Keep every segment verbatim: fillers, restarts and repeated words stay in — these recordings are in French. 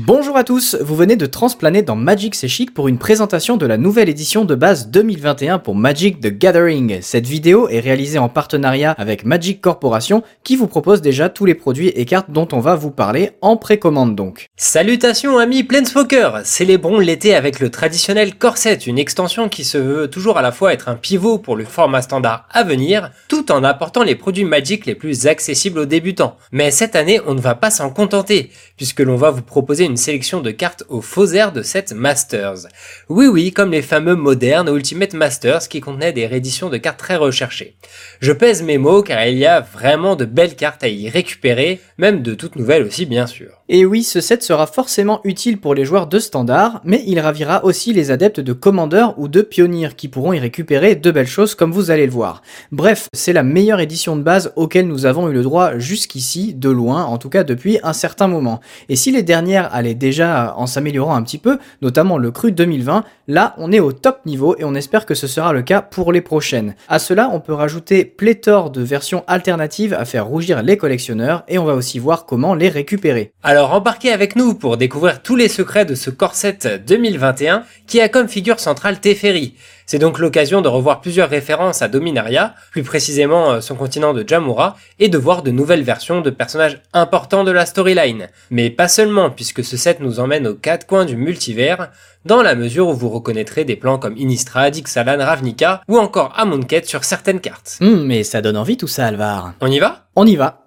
Bonjour à tous, vous venez de transplaner dans Magic C'est Chic pour une présentation de la nouvelle édition de base deux mille vingt et un pour Magic the Gathering. Cette vidéo est réalisée en partenariat avec Magic Corporation qui vous propose déjà tous les produits et cartes dont on va vous parler en précommande donc. Salutations amis Planeswalkers, célébrons l'été avec le traditionnel corset, une extension qui se veut toujours à la fois être un pivot pour le format standard à venir, tout en apportant les produits Magic les plus accessibles aux débutants. Mais cette année on ne va pas s'en contenter, puisque l'on va vous proposer une sélection de cartes aux faux airs de cette Masters. Oui oui, comme les fameux modernes Ultimate Masters qui contenaient des rééditions de cartes très recherchées. Je pèse mes mots car il y a vraiment de belles cartes à y récupérer, même de toutes nouvelles aussi bien sûr. Et oui, ce set sera forcément utile pour les joueurs de standard, mais il ravira aussi les adeptes de Commander ou de Pioneer qui pourront y récupérer de belles choses comme vous allez le voir. Bref, c'est la meilleure édition de base auquel nous avons eu le droit jusqu'ici, de loin, en tout cas depuis un certain moment. Et si les dernières allaient déjà en s'améliorant un petit peu, notamment le cru deux mille vingt, là on est au top niveau et on espère que ce sera le cas pour les prochaines. À cela, on peut rajouter pléthore de versions alternatives à faire rougir les collectionneurs et on va aussi voir comment les récupérer. Alors embarquez avec nous pour découvrir tous les secrets de ce corset deux mille vingt et un qui a comme figure centrale Teferi. C'est donc l'occasion de revoir plusieurs références à Dominaria, plus précisément son continent de Jamuraa, et de voir de nouvelles versions de personnages importants de la storyline. Mais pas seulement, puisque ce set nous emmène aux quatre coins du multivers, dans la mesure où vous reconnaîtrez des plans comme Innistrad, Ixalan, Ravnica, ou encore Amonkhet sur certaines cartes. Hum, mais ça donne envie tout ça, Alvar. On y va ? On y va.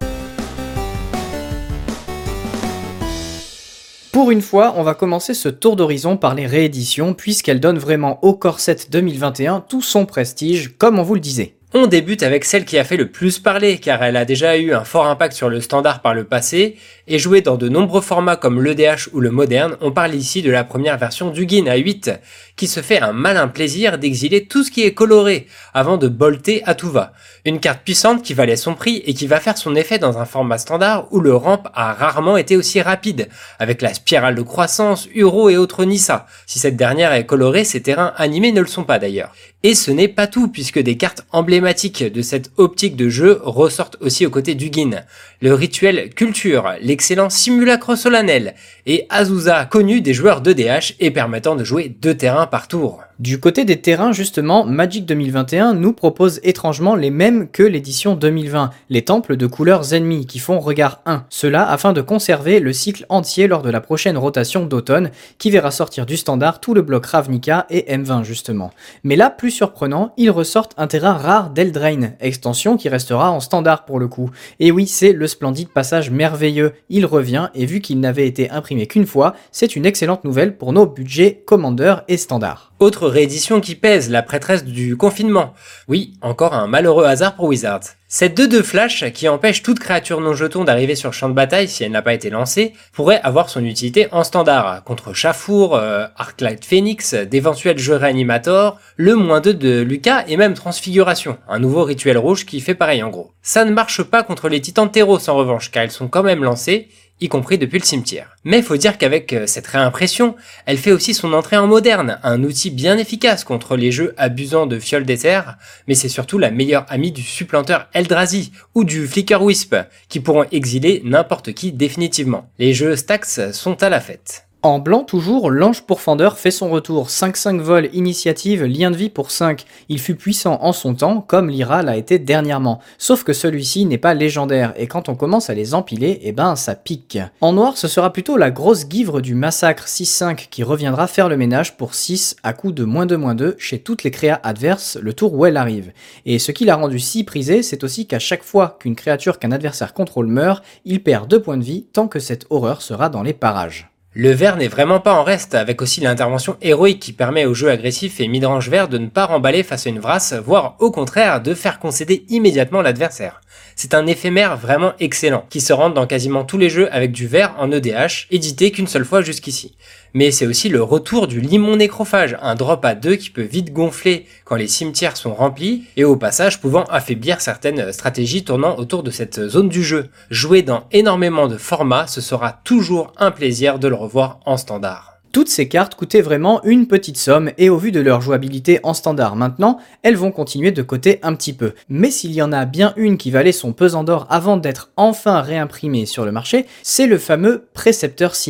Pour une fois, on va commencer ce tour d'horizon par les rééditions, puisqu'elles donnent vraiment au corset deux mille vingt et un tout son prestige, comme on vous le disait. On débute avec celle qui a fait le plus parler, car elle a déjà eu un fort impact sur le standard par le passé, et jouée dans de nombreux formats comme l'E D H ou le moderne. On parle ici de la première version d'Ugin à huit, qui se fait un malin plaisir d'exiler tout ce qui est coloré, avant de bolter à tout va. Une carte puissante qui valait son prix et qui va faire son effet dans un format standard où le ramp a rarement été aussi rapide, avec la spirale de croissance, Uro et autres Nissa. Si cette dernière est colorée, ses terrains animés ne le sont pas d'ailleurs. Et ce n'est pas tout, puisque des cartes emblématiques de cette optique de jeu ressortent aussi aux côtés d'Ugin. Le rituel Culture, l'excellent Simulacre Solennel et Azusa, connu des joueurs d'E D H et permettant de jouer deux terrains par tour. Du côté des terrains justement, Magic deux mille vingt et un nous propose étrangement les mêmes que l'édition deux mille vingt, les temples de couleurs ennemies qui font regard un. Cela afin de conserver le cycle entier lors de la prochaine rotation d'automne qui verra sortir du standard tout le bloc Ravnica et M vingt justement. Mais là, plus surprenant, ils ressortent un terrain rare d'Eldraine, extension qui restera en standard pour le coup. Et oui, c'est le splendide passage merveilleux, il revient et vu qu'il n'avait été imprimé qu'une fois, c'est une excellente nouvelle pour nos budgets Commander et standard. Autre réédition qui pèse, la prêtresse du confinement. Oui, encore un malheureux hasard pour Wizards. Cette deux deux flash, qui empêche toute créature non jeton d'arriver sur le champ de bataille si elle n'a pas été lancée, pourrait avoir son utilité en standard, contre Chafour, euh, Arclight Phoenix, d'éventuels jeux réanimators, le moins deux de Lucas et même Transfiguration, un nouveau rituel rouge qui fait pareil en gros. Ça ne marche pas contre les titans de Terros en revanche, car ils sont quand même lancés, y compris depuis le cimetière. Mais faut dire qu'avec cette réimpression, elle fait aussi son entrée en moderne, un outil bien efficace contre les jeux abusant de fiole d'éther, mais c'est surtout la meilleure amie du supplanteur Eldrazi ou du Flicker Wisp, qui pourront exiler n'importe qui définitivement. Les jeux Stax sont à la fête. En blanc toujours, l'Ange Pourfendeur fait son retour, cinq cinq vol, initiative, lien de vie pour cinq. Il fut puissant en son temps, comme l'Ira l'a été dernièrement. Sauf que celui-ci n'est pas légendaire, et quand on commence à les empiler, eh ben ça pique. En noir, ce sera plutôt la grosse guivre du massacre six cinq qui reviendra faire le ménage pour six à coup de moins deux moins deux chez toutes les créas adverses le tour où elle arrive. Et ce qui l'a rendu si prisé, c'est aussi qu'à chaque fois qu'une créature qu'un adversaire contrôle meurt, il perd deux points de vie tant que cette horreur sera dans les parages. Le vert n'est vraiment pas en reste, avec aussi l'intervention héroïque qui permet aux jeux agressifs et midrange vert de ne pas remballer face à une vrasse, voire au contraire de faire concéder immédiatement l'adversaire. C'est un éphémère vraiment excellent, qui se rentre dans quasiment tous les jeux avec du vert en E D H, édité qu'une seule fois jusqu'ici. Mais c'est aussi le retour du Limon Nécrophage, un drop à deux qui peut vite gonfler quand les cimetières sont remplis, et au passage pouvant affaiblir certaines stratégies tournant autour de cette zone du jeu. Joué dans énormément de formats, ce sera toujours un plaisir de le revoir en standard. Toutes ces cartes coûtaient vraiment une petite somme et au vu de leur jouabilité en standard maintenant, elles vont continuer de coter un petit peu. Mais s'il y en a bien une qui valait son pesant d'or avant d'être enfin réimprimée sur le marché, c'est le fameux Précepteur Sinistre.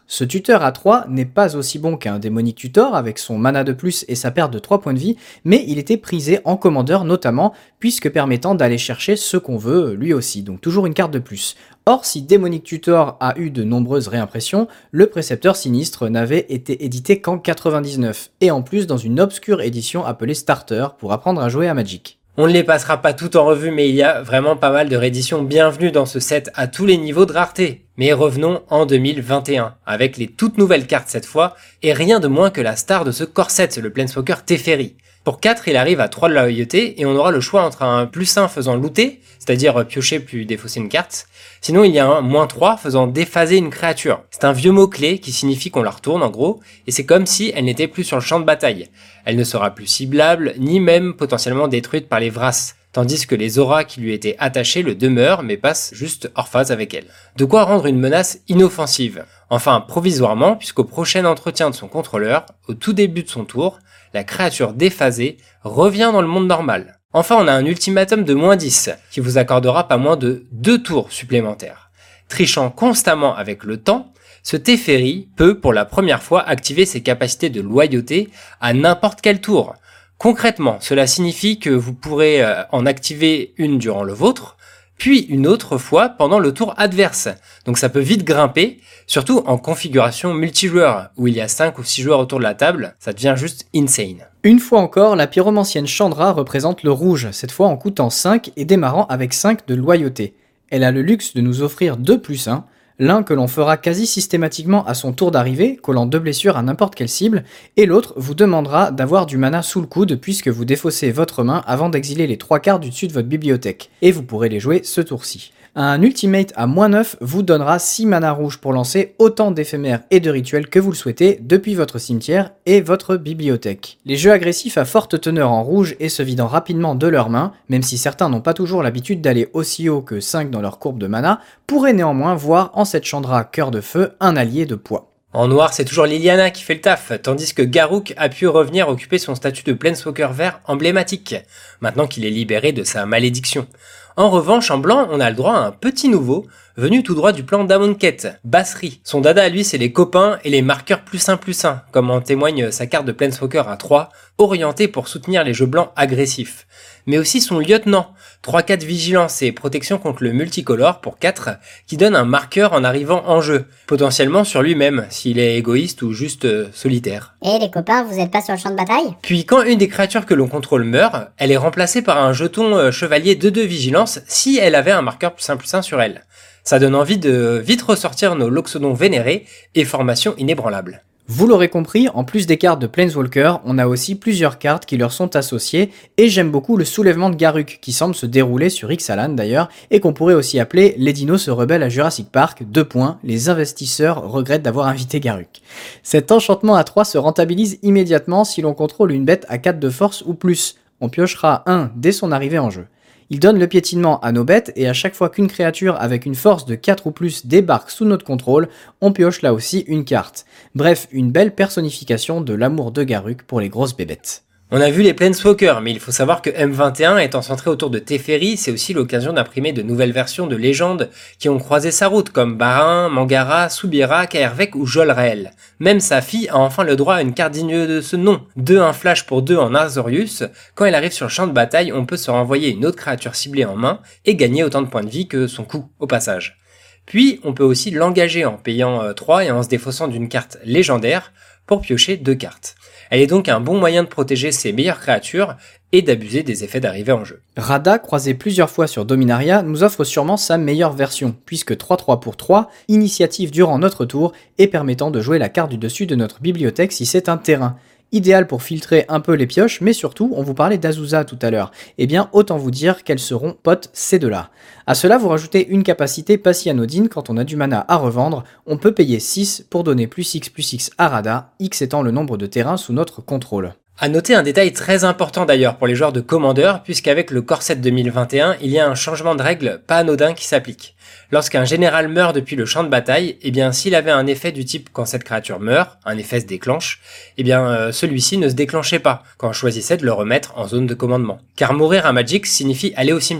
Ce tuteur à trois n'est pas aussi bon qu'un démonique tutor avec son mana de plus et sa perte de trois points de vie, mais il était prisé en commandeur notamment, puisque permettant d'aller chercher ce qu'on veut lui aussi, donc toujours une carte de plus. Or, si Démonique Tutor a eu de nombreuses réimpressions, le Précepteur Sinistre n'avait été édité qu'en quatre-vingt-dix-neuf, et en plus dans une obscure édition appelée Starter pour apprendre à jouer à Magic. On ne les passera pas toutes en revue, mais il y a vraiment pas mal de rééditions bienvenues dans ce set à tous les niveaux de rareté. Mais revenons en deux mille vingt et un, avec les toutes nouvelles cartes cette fois, et rien de moins que la star de ce corset, le Planeswalker Teferi. Pour quatre, il arrive à trois de loyauté, et on aura le choix entre un plus un faisant looter, c'est-à-dire piocher puis défausser une carte, sinon il y a un moins trois faisant déphaser une créature. C'est un vieux mot-clé qui signifie qu'on la retourne en gros, et c'est comme si elle n'était plus sur le champ de bataille. Elle ne sera plus ciblable, ni même potentiellement détruite par les Vrass, tandis que les auras qui lui étaient attachées le demeurent mais passent juste hors phase avec elle. De quoi rendre une menace inoffensive. Enfin, provisoirement, puisqu'au prochain entretien de son contrôleur, au tout début de son tour, la créature déphasée revient dans le monde normal. Enfin, on a un ultimatum de moins dix, qui vous accordera pas moins de deux tours supplémentaires. Trichant constamment avec le temps, ce Teferi peut pour la première fois activer ses capacités de loyauté à n'importe quel tour. Concrètement, cela signifie que vous pourrez en activer une durant le vôtre, puis une autre fois pendant le tour adverse. Donc ça peut vite grimper, surtout en configuration multijoueur, où il y a cinq ou six joueurs autour de la table, ça devient juste insane. Une fois encore, la pyromancienne Chandra représente le rouge, cette fois en coûtant cinq et démarrant avec cinq de loyauté. Elle a le luxe de nous offrir deux plus un, l'un que l'on fera quasi systématiquement à son tour d'arrivée, collant deux blessures à n'importe quelle cible, et l'autre vous demandera d'avoir du mana sous le coude puisque vous défaussez votre main avant d'exiler les trois cartes du dessus de votre bibliothèque, et vous pourrez les jouer ce tour-ci. Un ultimate à moins neuf vous donnera six mana rouges pour lancer autant d'éphémères et de rituels que vous le souhaitez depuis votre cimetière et votre bibliothèque. Les jeux agressifs à forte teneur en rouge et se vidant rapidement de leurs mains, même si certains n'ont pas toujours l'habitude d'aller aussi haut que cinq dans leur courbe de mana, pourraient néanmoins voir en cette Chandra cœur de feu un allié de poids. En noir, c'est toujours Liliana qui fait le taf, tandis que Garruk a pu revenir occuper son statut de Planeswalker vert emblématique, maintenant qu'il est libéré de sa malédiction. En revanche, en blanc, on a le droit à un petit nouveau, venu tout droit du plan d'Amonkhet, Basri. Son dada à lui, c'est les copains et les marqueurs plus un plus un, comme en témoigne sa carte de Planeswalker à trois, orientée pour soutenir les jeux blancs agressifs. Mais aussi son lieutenant, trois quatre vigilance et protection contre le multicolore pour quatre, qui donne un marqueur en arrivant en jeu, potentiellement sur lui-même, s'il est égoïste ou juste euh, solitaire. Et les copains, vous êtes pas sur le champ de bataille ? Puis quand une des créatures que l'on contrôle meurt, elle est remplacée par un jeton euh, chevalier deux deux vigilance si elle avait un marqueur plus un plus un sur elle. Ça donne envie de vite ressortir nos loxodons vénérés et formation inébranlable. Vous l'aurez compris, en plus des cartes de Planeswalker, on a aussi plusieurs cartes qui leur sont associées, et j'aime beaucoup le soulèvement de Garruk, qui semble se dérouler sur Ixalan d'ailleurs, et qu'on pourrait aussi appeler « Les dinos se rebellent à Jurassic Park, deux points, les investisseurs regrettent d'avoir invité Garruk ». Cet enchantement à trois se rentabilise immédiatement si l'on contrôle une bête à quatre de force ou plus. On piochera un dès son arrivée en jeu. Il donne le piétinement à nos bêtes et à chaque fois qu'une créature avec une force de quatre ou plus débarque sous notre contrôle, on pioche là aussi une carte. Bref, une belle personnification de l'amour de Garruk pour les grosses bébêtes. On a vu les Planeswalkers, mais il faut savoir que M vingt et un étant centré autour de Teferi, c'est aussi l'occasion d'imprimer de nouvelles versions de légendes qui ont croisé sa route, comme Barin, Mangara, Subira, Kaervek ou Jolrael. Même sa fille a enfin le droit à une carte digne de ce nom. deux un flash pour deux en Azorius. Quand elle arrive sur le champ de bataille, on peut se renvoyer une autre créature ciblée en main et gagner autant de points de vie que son coût, au passage. Puis, on peut aussi l'engager en payant trois et en se défaussant d'une carte légendaire pour piocher deux cartes. Elle est donc un bon moyen de protéger ses meilleures créatures et d'abuser des effets d'arrivée en jeu. Radha, croisé plusieurs fois sur Dominaria, nous offre sûrement sa meilleure version, puisque trois trois pour trois, initiative durant notre tour et permettant de jouer la carte du dessus de notre bibliothèque si c'est un terrain. Idéal pour filtrer un peu les pioches, mais surtout, on vous parlait d'Azusa tout à l'heure. Eh bien, autant vous dire qu'elles seront potes ces deux-là. À cela, vous rajoutez une capacité pas si anodine quand on a du mana à revendre. On peut payer six pour donner plus X plus X à Radha, X étant le nombre de terrains sous notre contrôle. À noter un détail très important d'ailleurs pour les joueurs de Commander, puisqu'avec le Corset deux mille vingt et un, il y a un changement de règle pas anodin qui s'applique. Lorsqu'un général meurt depuis le champ de bataille, eh bien s'il avait un effet du type quand cette créature meurt, un effet se déclenche, eh bien euh, celui-ci ne se déclenchait pas quand on choisissait de le remettre en zone de commandement. Car mourir à Magic signifie aller au cimetière.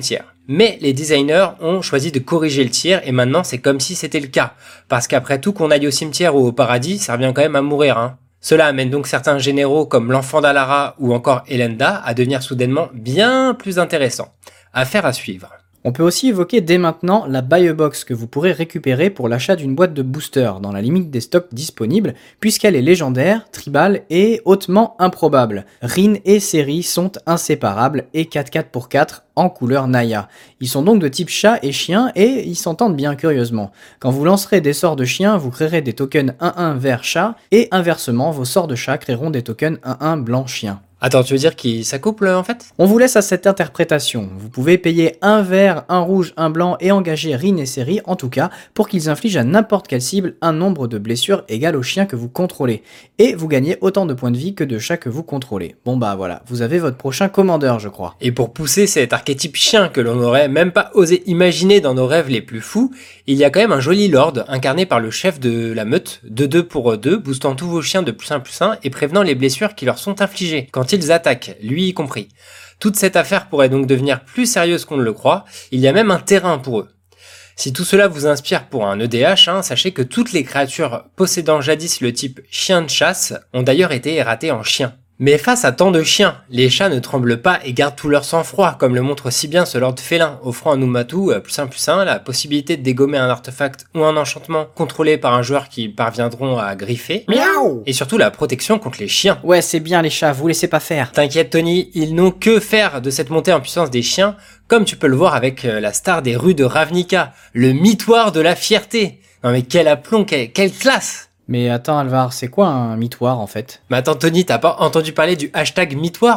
Mais les designers ont choisi de corriger le tir et maintenant c'est comme si c'était le cas. Parce qu'après tout, qu'on aille au cimetière ou au paradis, ça revient quand même à mourir, hein. Cela amène donc certains généraux comme l'enfant d'Alara ou encore Elenda à devenir soudainement bien plus intéressants. Affaire à suivre. On peut aussi évoquer dès maintenant la Buy a Box que vous pourrez récupérer pour l'achat d'une boîte de booster dans la limite des stocks disponibles puisqu'elle est légendaire, tribale et hautement improbable. Rin et Seri sont inséparables et quatre quatre pour quatre en couleur Naya. Ils sont donc de type chat et chien et ils s'entendent bien curieusement. Quand vous lancerez des sorts de chien, vous créerez des tokens un un vert chat et inversement, vos sorts de chat créeront des tokens un un blanc chien. Attends, tu veux dire qu'ils s'accouplent en fait ? On vous laisse à cette interprétation. Vous pouvez payer un vert, un rouge, un blanc et engager Rin et Seri en tout cas pour qu'ils infligent à n'importe quelle cible un nombre de blessures égal au chien que vous contrôlez. Et vous gagnez autant de points de vie que de chat que vous contrôlez. Bon bah voilà, vous avez votre prochain commandeur je crois. Et pour pousser cet archétype chien que l'on n'aurait même pas osé imaginer dans nos rêves les plus fous, il y a quand même un joli lord incarné par le chef de la meute, deux deux pour deux, boostant tous vos chiens de plus un plus un et prévenant les blessures qui leur sont infligées quand ils attaquent, lui y compris. Toute cette affaire pourrait donc devenir plus sérieuse qu'on ne le croit, il y a même un terrain pour eux. Si tout cela vous inspire pour un E D H, hein, sachez que toutes les créatures possédant jadis le type chien de chasse ont d'ailleurs été erratées en chien. Mais face à tant de chiens, les chats ne tremblent pas et gardent tout leur sang-froid, comme le montre si bien ce lord félin, offrant à Numatu, plus un plus un, la possibilité de dégommer un artefact ou un enchantement contrôlé par un joueur qui parviendront à griffer, Miaou. Et surtout la protection contre les chiens. Ouais, c'est bien les chats, vous laissez pas faire. T'inquiète Tony, ils n'ont que faire de cette montée en puissance des chiens, comme tu peux le voir avec la star des rues de Ravnica, le mitoire de la fierté. Non mais quel aplomb, quelle, quelle classe! Mais attends Alvar, c'est quoi un mitoire en fait ? Mais attends Tony, t'as pas entendu parler du hashtag mitoire ?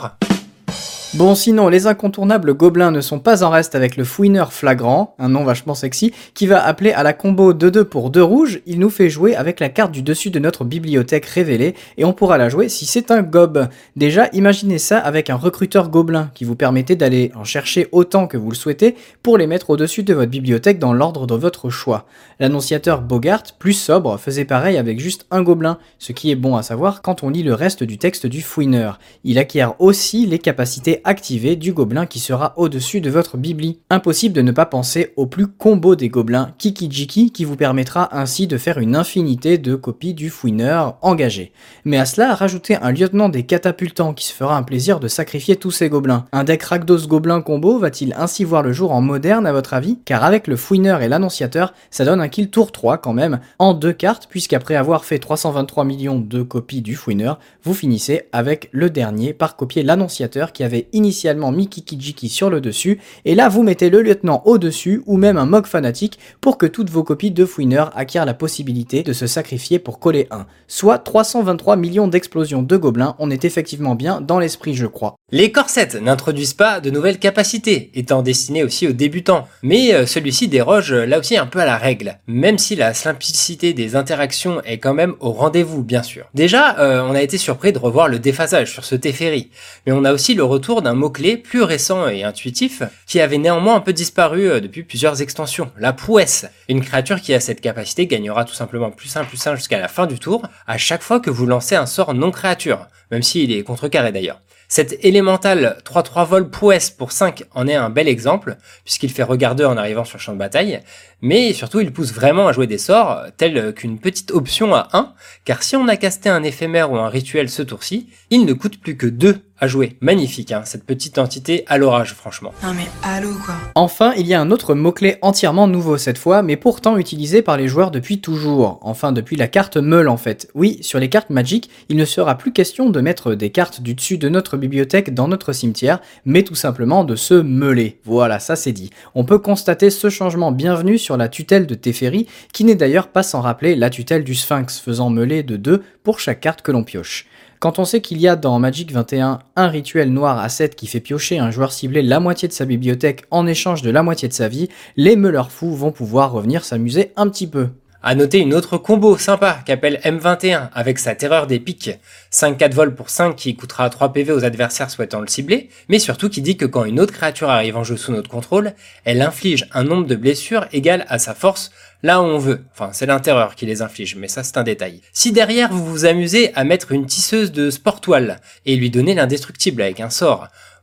Bon sinon, les incontournables gobelins ne sont pas en reste avec le fouineur flagrant, un nom vachement sexy, qui va appeler à la combo deux deux pour deux rouges, il nous fait jouer avec la carte du dessus de notre bibliothèque révélée, et on pourra la jouer si c'est un gob. Déjà, imaginez ça avec un recruteur gobelin, qui vous permettait d'aller en chercher autant que vous le souhaitez, pour les mettre au-dessus de votre bibliothèque dans l'ordre de votre choix. L'annonciateur Bogart, plus sobre, faisait pareil avec juste un gobelin, ce qui est bon à savoir quand on lit le reste du texte du fouineur. Il acquiert aussi les capacités activé du gobelin qui sera au-dessus de votre bibli. Impossible de ne pas penser au plus combo des gobelins Kiki-Jiki qui vous permettra ainsi de faire une infinité de copies du fouineur engagé. Mais à cela, rajoutez un lieutenant des catapultants qui se fera un plaisir de sacrifier tous ces gobelins. Un deck Rakdos gobelin combo va-t-il ainsi voir le jour en moderne à votre avis ? Car avec le fouineur et l'annonciateur, ça donne un kill tour trois quand même, en deux cartes, puisqu'après avoir fait trois cent vingt-trois millions de copies du fouineur, vous finissez avec le dernier par copier l'annonciateur qui avait initialement mis Kiki-Jiki sur le dessus, et là vous mettez le lieutenant au-dessus, ou même un Mog fanatique, pour que toutes vos copies de fouineur acquièrent la possibilité de se sacrifier pour coller un. Soit trois cent vingt-trois millions d'explosions de gobelins, on est effectivement bien dans l'esprit je crois. Les corsets n'introduisent pas de nouvelles capacités, étant destinés aussi aux débutants, mais euh, celui-ci déroge euh, là aussi un peu à la règle, même si la simplicité des interactions est quand même au rendez-vous bien sûr. Déjà, euh, on a été surpris de revoir le déphasage sur ce Teferi, mais on a aussi le retour d'un mot-clé plus récent et intuitif, qui avait néanmoins un peu disparu euh, depuis plusieurs extensions, la prouesse. Une créature qui a cette capacité gagnera tout simplement plus un plus un jusqu'à la fin du tour, à chaque fois que vous lancez un sort non créature, même s'il est contrecarré d'ailleurs. Cet élémental trois trois vol prouesse pour cinq en est un bel exemple, puisqu'il fait regarder en arrivant sur le champ de bataille, mais surtout il pousse vraiment à jouer des sorts, tels qu'une petite option à un, car si on a casté un éphémère ou un rituel ce tour-ci, il ne coûte plus que deux à jouer. Magnifique, hein, cette petite entité à l'orage, franchement. Non mais allô quoi. Enfin, il y a un autre mot-clé entièrement nouveau cette fois, mais pourtant utilisé par les joueurs depuis toujours. Enfin, depuis la carte Meule en fait. Oui, sur les cartes Magic, il ne sera plus question de mettre des cartes du dessus de notre bibliothèque dans notre cimetière, mais tout simplement de se meuler. Voilà, ça c'est dit. On peut constater ce changement bienvenu sur la tutelle de Teferi, qui n'est d'ailleurs pas sans rappeler la tutelle du Sphinx, faisant meuler de deux pour chaque carte que l'on pioche. Quand on sait qu'il y a dans Magic vingt et un un rituel noir à sept qui fait piocher un joueur ciblé la moitié de sa bibliothèque en échange de la moitié de sa vie, les meuleurs fous vont pouvoir revenir s'amuser un petit peu. À noter une autre combo sympa qu'appelle M vingt et un avec sa terreur des pics, cinq quatre vol pour cinq qui coûtera trois P V aux adversaires souhaitant le cibler, mais surtout qui dit que quand une autre créature arrive en jeu sous notre contrôle, elle inflige un nombre de blessures égal à sa force là où on veut. Enfin, c'est l'intéreur qui les inflige, mais ça c'est un détail. Si derrière vous vous amusez à mettre une tisseuse de sport toile et lui donner l'indestructible avec un sort,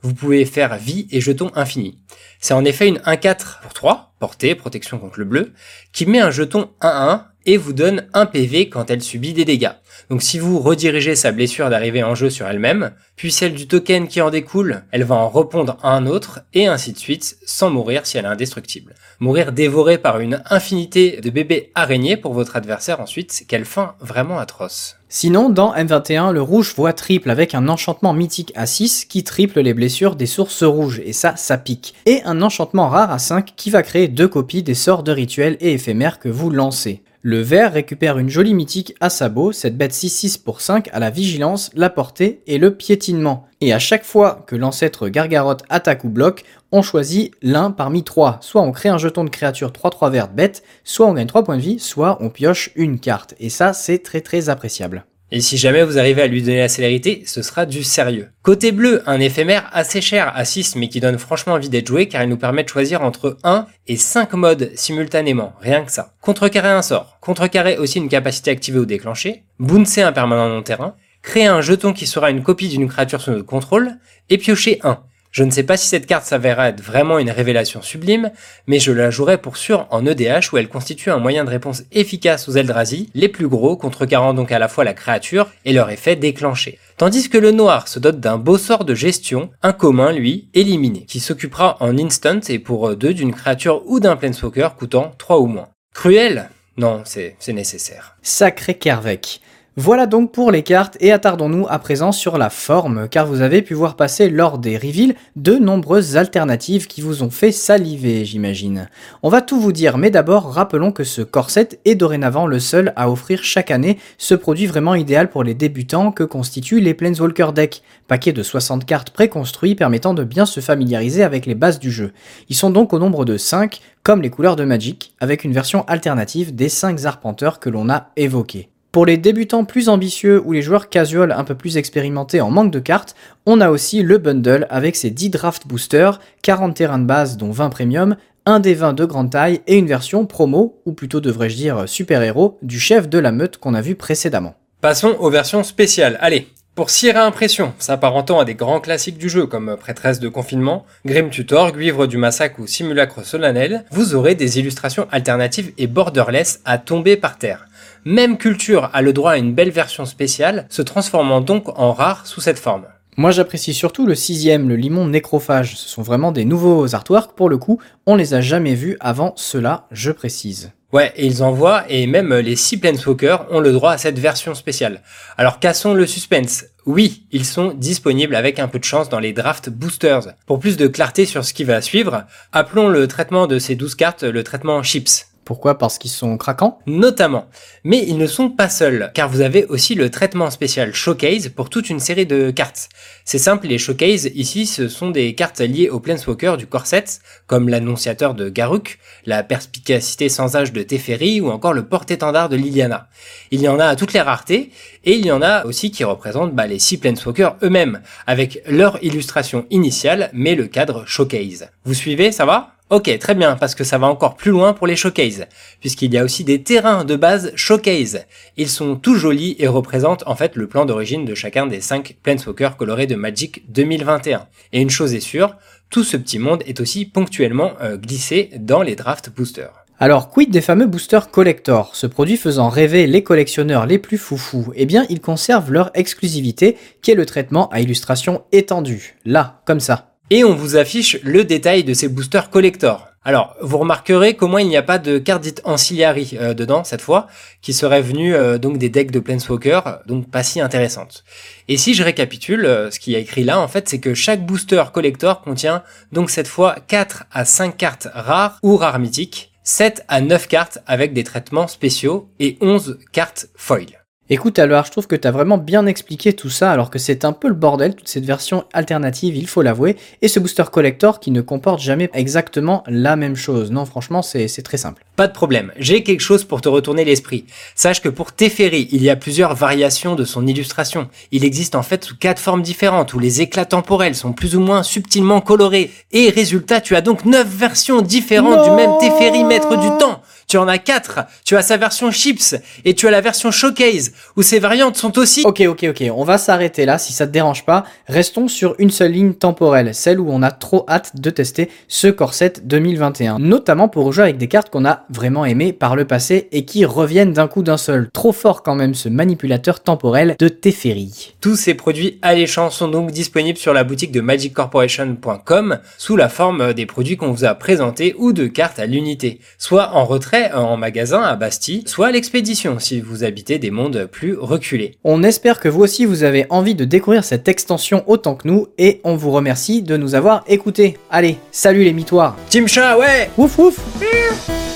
Vous pouvez faire vie et jeton infini. C'est en effet une un quatre pour trois, portée, protection contre le bleu, qui met un jeton un un et vous donne un P V quand elle subit des dégâts. Donc si vous redirigez sa blessure d'arrivée en jeu sur elle-même, puis celle du token qui en découle, elle va en répondre à un autre, et ainsi de suite, sans mourir si elle est indestructible. Mourir dévoré par une infinité de bébés araignées pour votre adversaire ensuite, quelle fin vraiment atroce. Sinon, dans M vingt et un, le rouge voit triple avec un enchantement mythique à six qui triple les blessures des sources rouges, et ça, ça pique. Et un enchantement rare à cinq qui va créer deux copies des sorts de rituels et éphémères que vous lancez. Le vert récupère une jolie mythique à sabot, cette bête six six pour cinq à la vigilance, la portée et le piétinement. Et à chaque fois que l'ancêtre Gargaroth attaque ou bloque, on choisit l'un parmi trois. Soit on crée un jeton de créature trois trois verte bête, soit on gagne trois points de vie, soit on pioche une carte. Et ça, c'est très très appréciable. Et si jamais vous arrivez à lui donner la célérité, ce sera du sérieux. Côté bleu, un éphémère assez cher à six mais qui donne franchement envie d'être joué car il nous permet de choisir entre un et cinq modes simultanément, rien que ça. Contrecarrer un sort, contrecarrer aussi une capacité activée ou déclenchée, bouncer un permanent non terrain, créer un jeton qui sera une copie d'une créature sous notre contrôle, et piocher un. Je ne sais pas si cette carte s'avérera être vraiment une révélation sublime, mais je la jouerai pour sûr en E D H où elle constitue un moyen de réponse efficace aux Eldrazi, les plus gros, contrecarrant donc à la fois la créature et leur effet déclenché. Tandis que le noir se dote d'un beau sort de gestion, un commun lui, éliminé, qui s'occupera en instant et pour deux d'une créature ou d'un planeswalker coûtant trois ou moins. Cruel ? Non, c'est, c'est nécessaire. Sacré Kervek. Voilà donc pour les cartes, et attardons-nous à présent sur la forme, car vous avez pu voir passer lors des reveals de nombreuses alternatives qui vous ont fait saliver, j'imagine. On va tout vous dire, mais d'abord rappelons que ce corset est dorénavant le seul à offrir chaque année ce produit vraiment idéal pour les débutants que constituent les Planeswalker Deck, paquet de soixante cartes préconstruits permettant de bien se familiariser avec les bases du jeu. Ils sont donc au nombre de cinq, comme les couleurs de Magic, avec une version alternative des cinq arpenteurs que l'on a évoqués. Pour les débutants plus ambitieux ou les joueurs casual un peu plus expérimentés en manque de cartes, on a aussi le bundle avec ses dix draft boosters, quarante terrains de base dont vingt premium, un des vingt de grande taille et une version promo, ou plutôt devrais-je dire super-héros, du chef de la meute qu'on a vu précédemment. Passons aux versions spéciales, allez. Pour six réimpressions, s'apparentant à des grands classiques du jeu comme Prêtresse de confinement, Grim Tutor, Guivre du massacre ou Simulacre solennel, vous aurez des illustrations alternatives et borderless à tomber par terre. Même Culture a le droit à une belle version spéciale, se transformant donc en rare sous cette forme. Moi j'apprécie surtout le sixième, le limon nécrophage. Ce sont vraiment des nouveaux artworks pour le coup, on les a jamais vus avant cela, je précise. Ouais, et ils en voient, et même les six Planeswalkers ont le droit à cette version spéciale. Alors cassons le suspense. Oui, ils sont disponibles avec un peu de chance dans les draft boosters. Pour plus de clarté sur ce qui va suivre, appelons le traitement de ces douze cartes le traitement chips. Pourquoi ? Parce qu'ils sont craquants ? Notamment. Mais ils ne sont pas seuls, car vous avez aussi le traitement spécial Showcase pour toute une série de cartes. C'est simple, les Showcase, ici, ce sont des cartes liées au Planeswalker du corset, comme l'annonciateur de Garruk, la perspicacité sans âge de Teferi ou encore le porte-étendard de Liliana. Il y en a à toutes les raretés, et il y en a aussi qui représentent bah, les six Planeswalkers eux-mêmes, avec leur illustration initiale, mais le cadre Showcase. Vous suivez, ça va ? Ok, très bien, parce que ça va encore plus loin pour les Showcase, puisqu'il y a aussi des terrains de base Showcase. Ils sont tout jolis et représentent en fait le plan d'origine de chacun des cinq Planeswalkers colorés de Magic deux mille vingt et un. Et une chose est sûre, tout ce petit monde est aussi ponctuellement euh, glissé dans les draft boosters. Alors, quid des fameux boosters collector, ce produit faisant rêver les collectionneurs les plus foufous? Eh bien, ils conservent leur exclusivité, qui est le traitement à illustration étendue. Là, comme ça. Et on vous affiche le détail de ces boosters collector. Alors, vous remarquerez qu'au moins il n'y a pas de carte dite ancillary euh, dedans, cette fois, qui serait venue euh, donc des decks de Planeswalker, donc pas si intéressantes. Et si je récapitule, euh, ce qu'il y a écrit là, en fait, c'est que chaque booster collector contient donc cette fois quatre à cinq cartes rares ou rares mythiques, sept à neuf cartes avec des traitements spéciaux et onze cartes foil. Écoute alors, je trouve que t'as vraiment bien expliqué tout ça alors que c'est un peu le bordel, toute cette version alternative, il faut l'avouer, et ce booster collector qui ne comporte jamais exactement la même chose. Non, franchement, c'est, c'est très simple. Pas de problème, j'ai quelque chose pour te retourner l'esprit. Sache que pour Teferi, il y a plusieurs variations de son illustration. Il existe en fait sous quatre formes différentes où les éclats temporels sont plus ou moins subtilement colorés. Et résultat, tu as donc neuf versions différentes non du même Teferi maître du temps. Tu en as quatre. Tu as sa version Chips et tu as la version Showcase où ces variantes sont aussi... Ok, ok, ok, on va s'arrêter là si ça te dérange pas. Restons sur une seule ligne temporelle, celle où on a trop hâte de tester ce Core sept deux mille vingt et un. Notamment pour jouer avec des cartes qu'on a vraiment aimées par le passé et qui reviennent d'un coup d'un seul. Trop fort quand même ce manipulateur temporel de Teferi. Tous ces produits alléchants sont donc disponibles sur la boutique de magic corporation point com sous la forme des produits qu'on vous a présentés ou de cartes à l'unité, soit en retrait en magasin à Bastille, soit à l'expédition si vous habitez des mondes plus reculés. On espère que vous aussi vous avez envie de découvrir cette extension autant que nous et on vous remercie de nous avoir écoutés. Allez, salut les mitoires. Team Chat, ouais. Ouf ouf.